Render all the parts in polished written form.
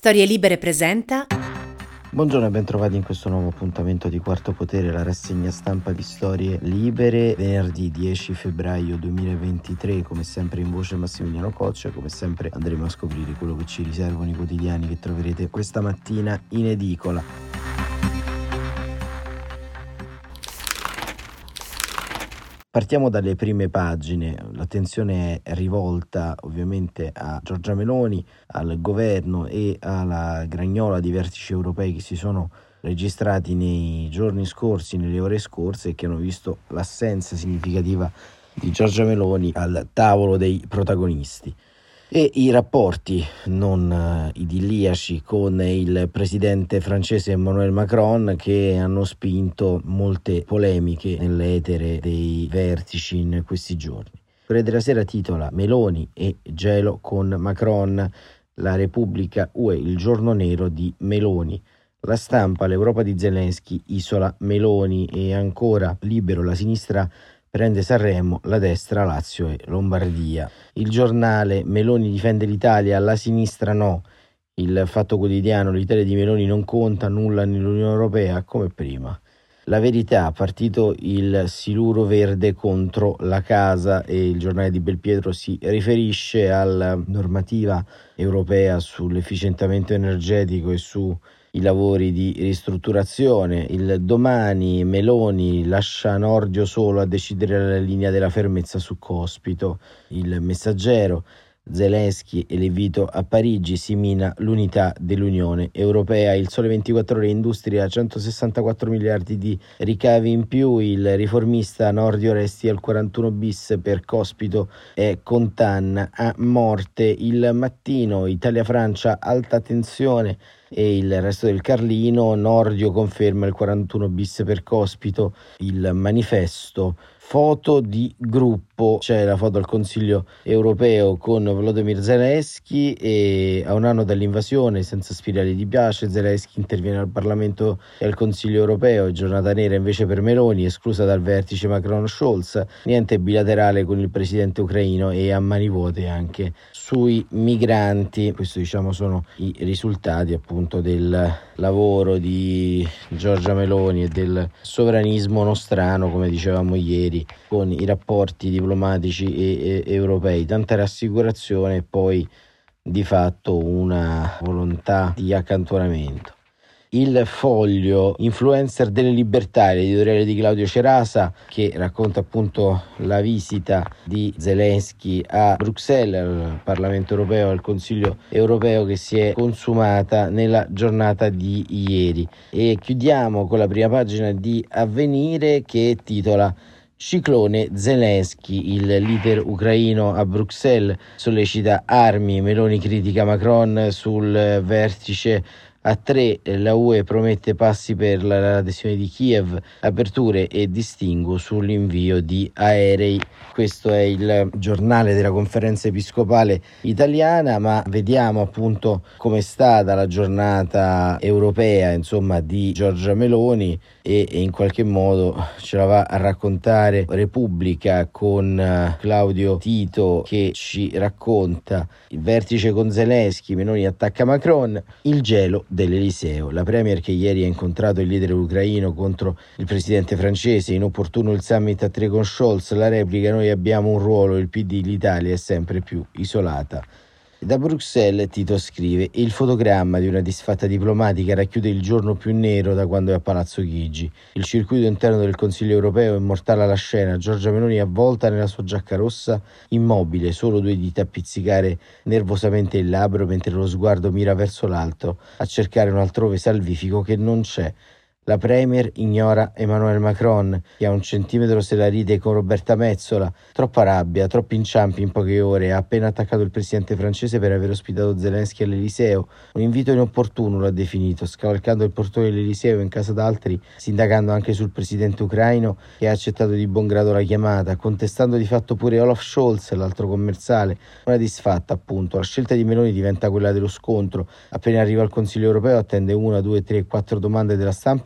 Storie Libere presenta. Buongiorno e bentrovati in questo nuovo appuntamento di Quarto Potere, la rassegna stampa di Storie Libere, venerdì 10 febbraio 2023, come sempre in voce Massimiliano Coccia, come sempre andremo a scoprire quello che ci riservano i quotidiani che troverete questa mattina in edicola. Partiamo dalle prime pagine, l'attenzione è rivolta ovviamente a Giorgia Meloni, al governo e alla gragnola di vertici europei che si sono registrati nei giorni scorsi, nelle ore scorse e che hanno visto l'assenza significativa di Giorgia Meloni al tavolo dei protagonisti. E i rapporti non idilliaci con il presidente francese Emmanuel Macron, che hanno spinto molte polemiche nell'etere dei vertici in questi giorni. Corriere della Sera titola Meloni e gelo con Macron, la Repubblica UE, il giorno nero di Meloni. La Stampa, l'Europa di Zelensky isola Meloni. E ancora Libero, la sinistra prende Sanremo, la destra Lazio e Lombardia. Il Giornale, Meloni difende l'Italia, la sinistra no. Il Fatto Quotidiano, l'Italia di Meloni non conta nulla nell'Unione Europea come prima. La Verità, partito il siluro verde contro la casa, e il Giornale di Belpietro si riferisce alla normativa europea sull'efficientamento energetico e su i lavori di ristrutturazione. Il Domani, Meloni lascia Nordio solo a decidere la linea della fermezza su Cospito. Il Messaggero, Zelensky e l'invito a Parigi, si mina l'unità dell'Unione Europea. Il Sole 24 Ore, Industria, 164 miliardi di ricavi in più. Il Riformista, Nordio resti al 41 bis per Cospito e condanna a morte. Il Mattino, Italia-Francia, alta tensione. E il Resto del Carlino, Nordio conferma il 41 bis per Cospito. Il Manifesto, foto di gruppo, c'è la foto al Consiglio Europeo con Volodymyr Zelensky, e a un anno dall'invasione, senza spirali di pace, Zelensky interviene al Parlamento e al Consiglio Europeo. Giornata nera invece per Meloni, esclusa dal vertice Macron-Scholz, niente bilaterale con il presidente ucraino e a mani vuote anche sui migranti. Questo sono i risultati appunto del lavoro di Giorgia Meloni e del sovranismo nostrano, come dicevamo ieri, con i rapporti diplomatici e europei. Tanta rassicurazione e poi di fatto una volontà di accantonamento. Il Foglio, influencer delle libertà, l'editoriale di Claudio Cerasa, che racconta appunto la visita di Zelensky a Bruxelles, al Parlamento Europeo, al Consiglio Europeo, che si è consumata nella giornata di ieri. E chiudiamo con la prima pagina di Avvenire, che titola Ciclone Zelensky, il leader ucraino a Bruxelles sollecita armi, Meloni critica Macron sul vertice a 3, la UE promette passi per l'adesione di Kiev, aperture e distinguo sull'invio di aerei. Questo è il giornale della Conferenza Episcopale Italiana, ma vediamo appunto com'è stata la giornata europea di Giorgia Meloni, e in qualche modo ce la va a raccontare Repubblica con Claudio Tito, che ci racconta il vertice con Zelensky, Meloni attacca Macron, il gelo dell'Eliseo. La premier che ieri ha incontrato il leader ucraino contro il presidente francese, inopportuno il summit a 3 con Scholz, la replica noi abbiamo un ruolo, il PD, l'Italia è sempre più isolata. Da Bruxelles Tito scrive: il fotogramma di una disfatta diplomatica racchiude il giorno più nero da quando è a Palazzo Chigi. Il circuito interno del Consiglio Europeo immortala la scena, Giorgia Meloni avvolta nella sua giacca rossa, immobile, solo 2 dita a pizzicare nervosamente il labbro mentre lo sguardo mira verso l'alto, a cercare un altrove salvifico che non c'è. La premier ignora Emmanuel Macron, che a 1 centimetro se la ride con Roberta Metsola. Troppa rabbia, troppi inciampi in poche ore. Ha appena attaccato il presidente francese per aver ospitato Zelensky all'Eliseo. Un invito inopportuno, l'ha definito, scavalcando il portone dell'Eliseo in casa d'altri, sindacando anche sul presidente ucraino, che ha accettato di buon grado la chiamata, contestando di fatto pure Olaf Scholz, l'altro commerciale. Una disfatta, appunto. La scelta di Meloni diventa quella dello scontro. Appena arriva al Consiglio Europeo attende 1, 2, 3, 4 domande della stampa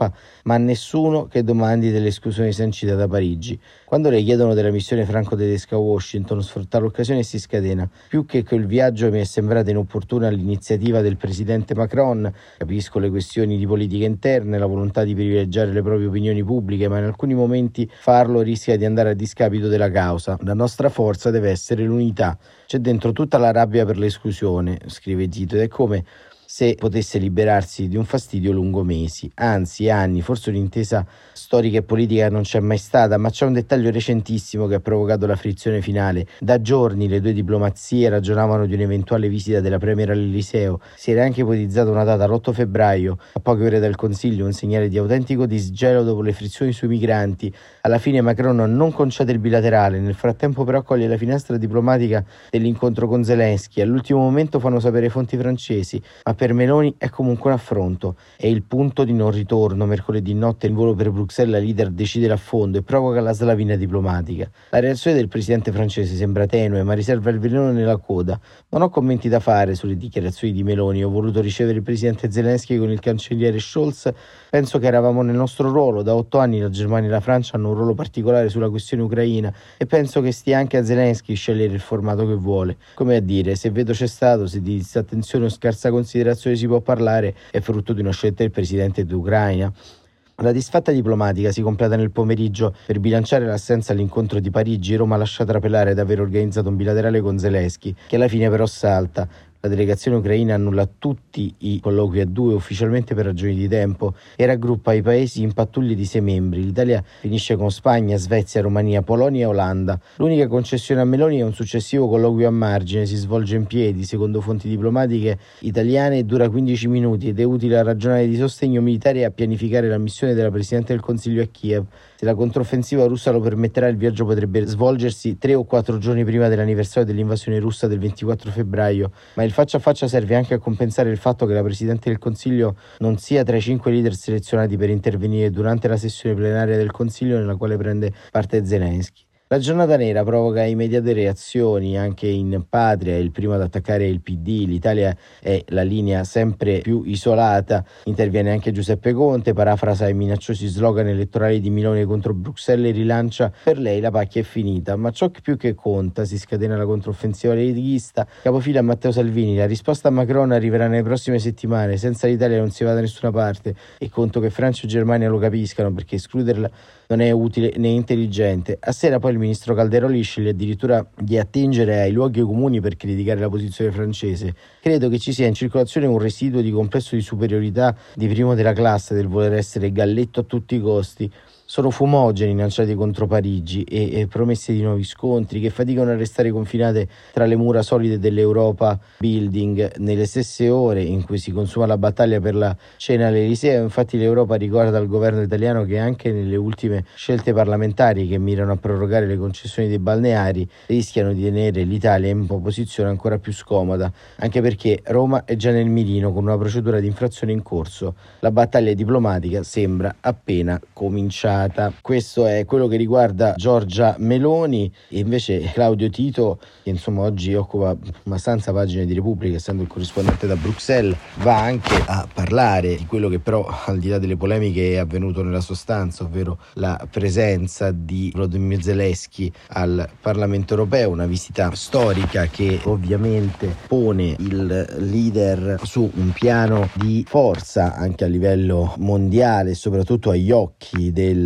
Europa, ma a nessuno che domandi dell'esclusione sancita da Parigi. Quando le chiedono della missione franco-tedesca a Washington, sfrutta l'occasione e si scatena. Più che quel viaggio mi è sembrata inopportuna l'iniziativa del presidente Macron. Capisco le questioni di politica interna e la volontà di privilegiare le proprie opinioni pubbliche, ma in alcuni momenti farlo rischia di andare a discapito della causa. La nostra forza deve essere l'unità. C'è dentro tutta la rabbia per l'esclusione, scrive Tito, ed è come se potesse liberarsi di un fastidio lungo mesi, anzi anni. Forse un'intesa storica e politica non c'è mai stata, ma c'è un dettaglio recentissimo che ha provocato la frizione finale. Da giorni le due diplomazie ragionavano di un'eventuale visita della Premier all'Eliseo. Si era anche ipotizzata una data l'8 febbraio, a poche ore dal Consiglio, un segnale di autentico disgelo dopo le frizioni sui migranti. Alla fine Macron non concede il bilaterale, nel frattempo però coglie la finestra diplomatica dell'incontro con Zelensky. All'ultimo momento fanno sapere fonti francesi, ma per Meloni è comunque un affronto. È il punto di non ritorno. Mercoledì notte il volo per Bruxelles, la leader decide l'affondo e provoca la slavina diplomatica. La reazione del presidente francese sembra tenue, ma riserva il veleno nella coda. Non ho commenti da fare sulle dichiarazioni di Meloni. Ho voluto ricevere il presidente Zelensky con il cancelliere Scholz. Penso che eravamo nel nostro ruolo. Da 8 anni la Germania e la Francia hanno un ruolo particolare sulla questione ucraina e penso che stia anche a Zelensky scegliere il formato che vuole. Come a dire, se veto c'è stato, se di disattenzione o scarsa considerazione si può parlare, è frutto di una scelta del presidente d'Ucraina. La disfatta diplomatica si completa nel pomeriggio. Per bilanciare l'assenza all'incontro di Parigi, Roma lascia trapelare di aver organizzato un bilaterale con Zelensky, che alla fine però salta. La delegazione ucraina annulla tutti i colloqui a due ufficialmente per ragioni di tempo e raggruppa i paesi in pattuglie di 6 membri. L'Italia finisce con Spagna, Svezia, Romania, Polonia e Olanda. L'unica concessione a Meloni è un successivo colloquio a margine, si svolge in piedi, secondo fonti diplomatiche italiane, dura 15 minuti ed è utile a ragionare di sostegno militare e a pianificare la missione della Presidente del Consiglio a Kiev. Se la controffensiva russa lo permetterà, il viaggio potrebbe svolgersi 3 o 4 giorni prima dell'anniversario dell'invasione russa del 24 febbraio, ma il faccia a faccia serve anche a compensare il fatto che la Presidente del Consiglio non sia tra i 5 leader selezionati per intervenire durante la sessione plenaria del Consiglio nella quale prende parte Zelensky. La giornata nera provoca immediate reazioni anche in patria. Il primo ad attaccare è il PD. L'Italia è la linea sempre più isolata. Interviene anche Giuseppe Conte, parafrasa i minacciosi slogan elettorali di Meloni contro Bruxelles e rilancia: per lei la pacchia è finita. Ma ciò che più che conta, si scatena la controffensiva leghista. Capofila a Matteo Salvini: la risposta a Macron arriverà nelle prossime settimane. Senza l'Italia non si va da nessuna parte e conto che Francia e Germania lo capiscano, perché escluderla non è utile né intelligente. A sera poi il ministro Calderoli sceglie addirittura di attingere ai luoghi comuni per criticare la posizione francese. Credo che ci sia in circolazione un residuo di complesso di superiorità di primo della classe, del voler essere galletto a tutti i costi. Sono fumogeni lanciati contro Parigi e promesse di nuovi scontri che faticano a restare confinate tra le mura solide dell'Europa Building. Nelle stesse ore in cui si consuma la battaglia per la cena all'Eliseo, infatti, l'Europa ricorda al governo italiano che anche nelle ultime scelte parlamentari che mirano a prorogare le concessioni dei balneari rischiano di tenere l'Italia in una posizione ancora più scomoda, anche perché Roma è già nel mirino con una procedura di infrazione in corso. La battaglia diplomatica sembra appena cominciata. Questo è quello che riguarda Giorgia Meloni. E invece Claudio Tito, che insomma oggi occupa abbastanza pagine di Repubblica, essendo il corrispondente da Bruxelles, va anche a parlare di quello che però, al di là delle polemiche, è avvenuto nella sostanza, ovvero la presenza di Volodymyr Zelensky al Parlamento europeo, una visita storica che ovviamente pone il leader su un piano di forza anche a livello mondiale, soprattutto agli occhi della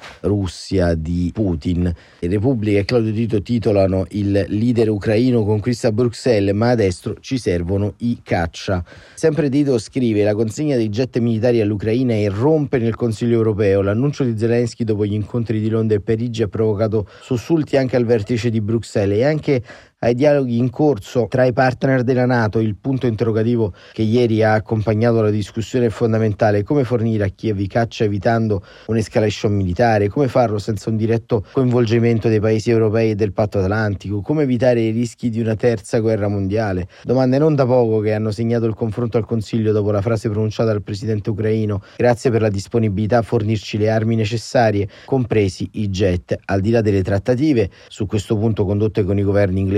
Russia di Putin. Repubblica e Claudio Tito titolano: il leader ucraino conquista Bruxelles, ma adesso ci servono i caccia. Sempre Tito scrive: la consegna dei jet militari all'Ucraina irrompe nel Consiglio europeo. L'annuncio di Zelensky dopo gli incontri di Londra e Parigi ha provocato sussulti anche al vertice di Bruxelles e anche ai dialoghi in corso tra i partner della NATO. Il punto interrogativo che ieri ha accompagnato la discussione è fondamentale: come fornire a Kiev i caccia evitando un'escalation militare, come farlo senza un diretto coinvolgimento dei paesi europei e del Patto Atlantico, come evitare i rischi di una terza guerra mondiale. Domande non da poco che hanno segnato il confronto al Consiglio dopo la frase pronunciata dal presidente ucraino: grazie per la disponibilità a fornirci le armi necessarie, compresi i jet. Al di là delle trattative su questo punto condotte con i governi inglesi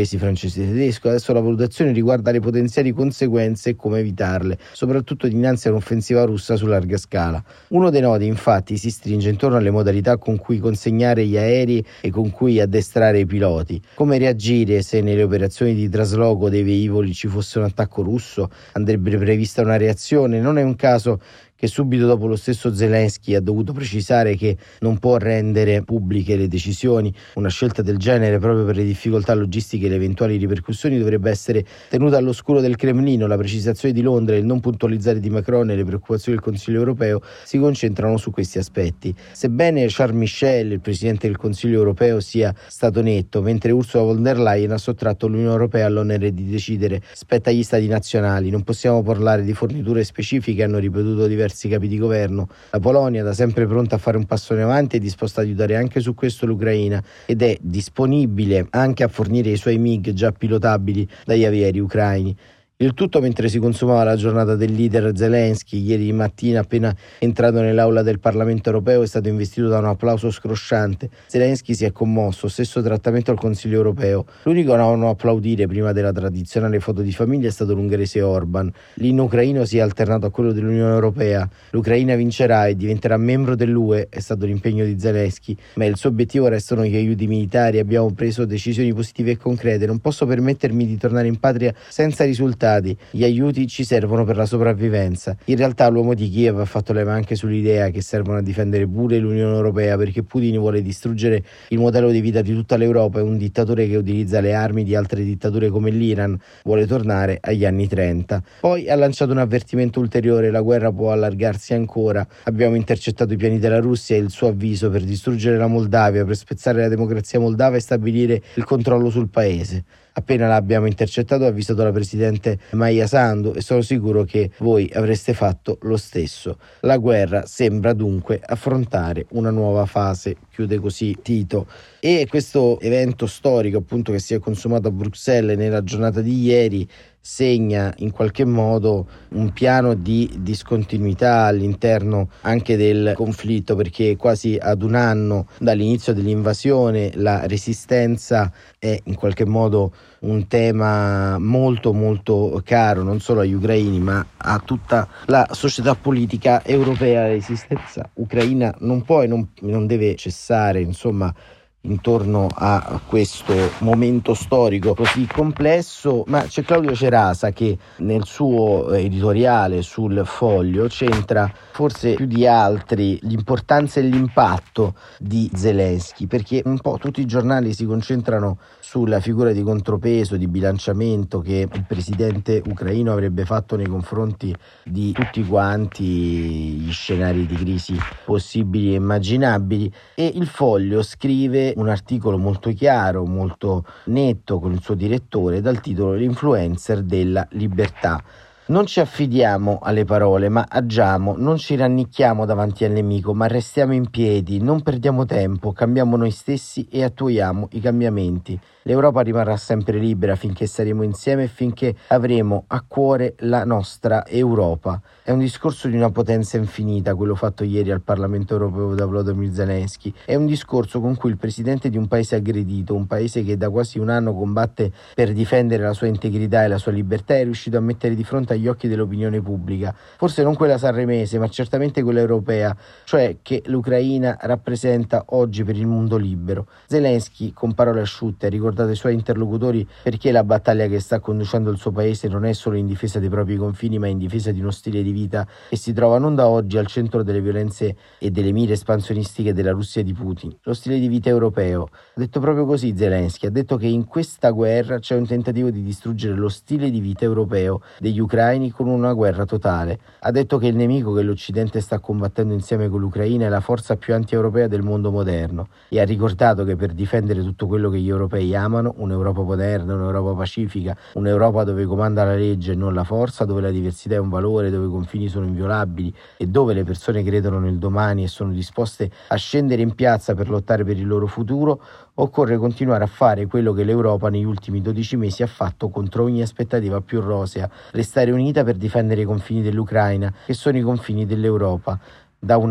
stessi francesi e tedesco. Adesso la valutazione riguarda le potenziali conseguenze e come evitarle, soprattutto dinanzi a un'offensiva russa su larga scala. Uno dei nodi, infatti, si stringe intorno alle modalità con cui consegnare gli aerei e con cui addestrare i piloti. Come reagire se nelle operazioni di trasloco dei velivoli ci fosse un attacco russo? Andrebbe prevista una reazione. Non è un caso che subito dopo lo stesso Zelensky ha dovuto precisare che non può rendere pubbliche le decisioni. Una scelta del genere, proprio per le difficoltà logistiche e le eventuali ripercussioni, dovrebbe essere tenuta all'oscuro del Cremlino. La precisazione di Londra e il non puntualizzare di Macron e le preoccupazioni del Consiglio europeo si concentrano su questi aspetti. Sebbene Charles Michel, il Presidente del Consiglio europeo, sia stato netto, mentre Ursula von der Leyen ha sottratto l'Unione europea all'onere di decidere, spetta agli stati nazionali. Non possiamo parlare di forniture specifiche, hanno ripetuto diversi capi di governo. La Polonia, da sempre pronta a fare un passo in avanti, è disposta a aiutare anche su questo l'Ucraina ed è disponibile anche a fornire i suoi MiG già pilotabili dagli avieri ucraini. Il tutto mentre si consumava la giornata del leader Zelensky. Ieri mattina, appena entrato nell'aula del Parlamento europeo, è stato investito da un applauso scrosciante. Zelensky si è commosso, stesso trattamento al Consiglio europeo. L'unico a non applaudire prima della tradizionale foto di famiglia è stato l'ungherese Orban. L'inno ucraino si è alternato a quello dell'Unione europea. L'Ucraina vincerà e diventerà membro dell'UE, è stato l'impegno di Zelensky, ma il suo obiettivo restano gli aiuti militari. Abbiamo preso decisioni positive e concrete. Non posso permettermi di tornare in patria senza risultati. Gli aiuti ci servono per la sopravvivenza. In realtà l'uomo di Kiev ha fatto leva anche sull'idea che servono a difendere pure l'Unione Europea, perché Putin vuole distruggere il modello di vita di tutta l'Europa. È un dittatore che utilizza le armi di altre dittature come l'Iran, vuole tornare agli anni 30. Poi ha lanciato un avvertimento ulteriore: la guerra può allargarsi ancora. Abbiamo intercettato i piani della Russia e il suo avviso per distruggere la Moldavia, per spezzare la democrazia moldava e stabilire il controllo sul paese. Appena l'abbiamo intercettato, ha avvisato la presidente Maia Sandu e sono sicuro che voi avreste fatto lo stesso. La guerra sembra dunque affrontare una nuova fase, chiude così Tito. E questo evento storico, appunto, che si è consumato a Bruxelles nella giornata di ieri, segna in qualche modo un piano di discontinuità all'interno anche del conflitto, perché quasi ad un anno dall'inizio dell'invasione la resistenza è in qualche modo un tema molto molto caro non solo agli ucraini ma a tutta la società politica europea. La resistenza ucraina non può e non deve cessare, insomma, intorno a questo momento storico così complesso. Ma c'è Claudio Cerasa che nel suo editoriale sul Foglio centra forse più di altri l'importanza e l'impatto di Zelensky, perché un po' tutti i giornali si concentrano sulla figura di contropeso, di bilanciamento che il presidente ucraino avrebbe fatto nei confronti di tutti quanti gli scenari di crisi possibili e immaginabili, e il Foglio scrive un articolo molto chiaro, molto netto con il suo direttore dal titolo "L'influencer della libertà". Non ci affidiamo alle parole, ma agiamo, non ci rannicchiamo davanti al nemico, ma restiamo in piedi, non perdiamo tempo, cambiamo noi stessi e attuiamo i cambiamenti. L'Europa rimarrà sempre libera finché saremo insieme e finché avremo a cuore la nostra Europa. È un discorso di una potenza infinita quello fatto ieri al Parlamento europeo da Volodymyr Zelensky. È un discorso con cui il presidente di un paese aggredito, un paese che da quasi un anno combatte per difendere la sua integrità e la sua libertà, è riuscito a mettere di fronte agli occhi dell'opinione pubblica, forse non quella sanremese, ma certamente quella europea, cioè che l'Ucraina rappresenta oggi per il mondo libero. Zelensky, con parole asciutte, ha ricordato ai suoi interlocutori perché la battaglia che sta conducendo il suo paese non è solo in difesa dei propri confini, ma in difesa di uno stile di vita che si trova non da oggi al centro delle violenze e delle mire espansionistiche della Russia di Putin, lo stile di vita europeo. Ha detto proprio così Zelensky, ha detto che in questa guerra c'è un tentativo di distruggere lo stile di vita europeo degli ucraini con una guerra totale. Ha detto che il nemico che l'Occidente sta combattendo insieme con l'Ucraina è la forza più anti-europea del mondo moderno, e ha ricordato che per difendere tutto quello che gli europei amano, un'Europa moderna, un'Europa pacifica, un'Europa dove comanda la legge e non la forza, dove la diversità è un valore, dove i confini sono inviolabili e dove le persone credono nel domani e sono disposte a scendere in piazza per lottare per il loro futuro, occorre continuare a fare quello che l'Europa negli ultimi 12 mesi ha fatto contro ogni aspettativa più rosea: restare unita per difendere i confini dell'Ucraina, che sono i confini dell'Europa, da una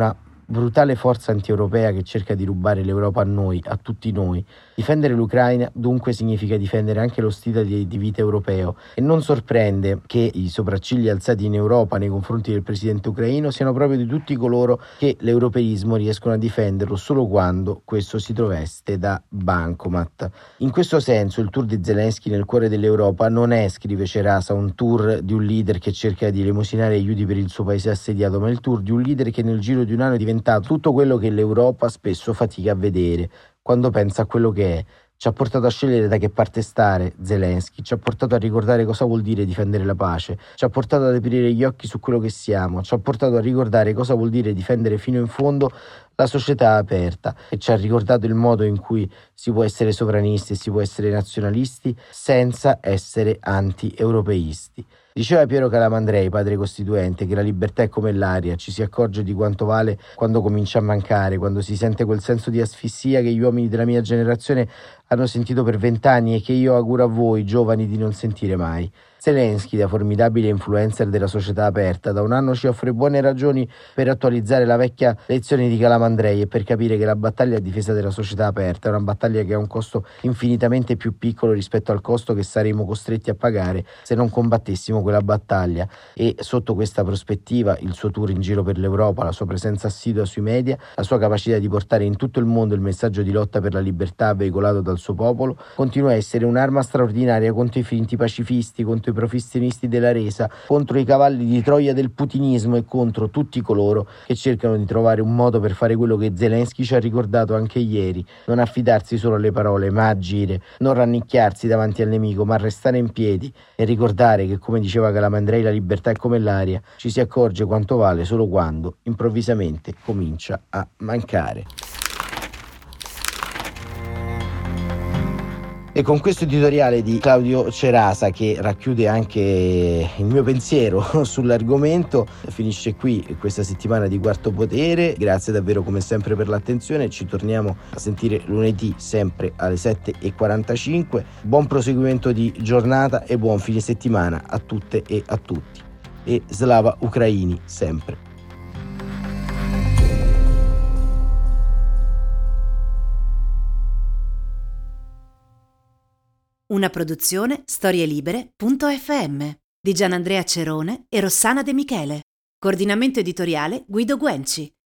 brutale forza anti-europea che cerca di rubare l'Europa a noi, a tutti noi. Difendere l'Ucraina dunque significa difendere anche lo stile di vita europeo e non sorprende che i sopraccigli alzati in Europa nei confronti del presidente ucraino siano proprio di tutti coloro che l'europeismo riescono a difenderlo solo quando questo si troveste da bancomat. In questo senso il tour di Zelensky nel cuore dell'Europa non è, scrive Cerasa, un tour di un leader che cerca di elemosinare aiuti per il suo paese assediato, ma il tour di un leader che nel giro di un anno è diventato tutto quello che l'Europa spesso fatica a vedere quando pensa a quello che è. Ci ha portato a scegliere da che parte stare Zelensky, ci ha portato a ricordare cosa vuol dire difendere la pace, ci ha portato ad aprire gli occhi su quello che siamo, ci ha portato a ricordare cosa vuol dire difendere fino in fondo la società aperta e ci ha ricordato il modo in cui si può essere sovranisti e si può essere nazionalisti senza essere anti-europeisti. Diceva Piero Calamandrei, padre costituente, che la libertà è come l'aria, ci si accorge di quanto vale quando comincia a mancare, quando si sente quel senso di asfissia che gli uomini della mia generazione hanno sentito per 20 anni e che io auguro a voi, giovani, di non sentire mai. Zelensky, da formidabile influencer della società aperta, da un anno ci offre buone ragioni per attualizzare la vecchia lezione di Calamandrei e per capire che la battaglia a difesa della società aperta è una battaglia che ha un costo infinitamente più piccolo rispetto al costo che saremo costretti a pagare se non combattessimo quella battaglia. E sotto questa prospettiva il suo tour in giro per l'Europa, la sua presenza assidua sui media, la sua capacità di portare in tutto il mondo il messaggio di lotta per la libertà veicolato dal suo popolo continua a essere un'arma straordinaria contro i finti pacifisti, contro i professionisti della resa, contro i cavalli di Troia del putinismo e contro tutti coloro che cercano di trovare un modo per fare quello che Zelensky ci ha ricordato anche ieri: non affidarsi solo alle parole ma agire, non rannicchiarsi davanti al nemico ma restare in piedi e ricordare che, come diceva Calamandrei, la libertà è come l'aria, ci si accorge quanto vale solo quando improvvisamente comincia a mancare. E con questo editoriale di Claudio Cerasa, che racchiude anche il mio pensiero sull'argomento, finisce qui questa settimana di Quarto Potere. Grazie davvero come sempre per l'attenzione, ci torniamo a sentire lunedì sempre alle 7:45. Buon proseguimento di giornata e buon fine settimana a tutte e a tutti. E Slava Ucraini sempre. Una produzione storielibere.fm di Gianandrea Cerone e Rossana De Michele. Coordinamento editoriale Guido Guenci.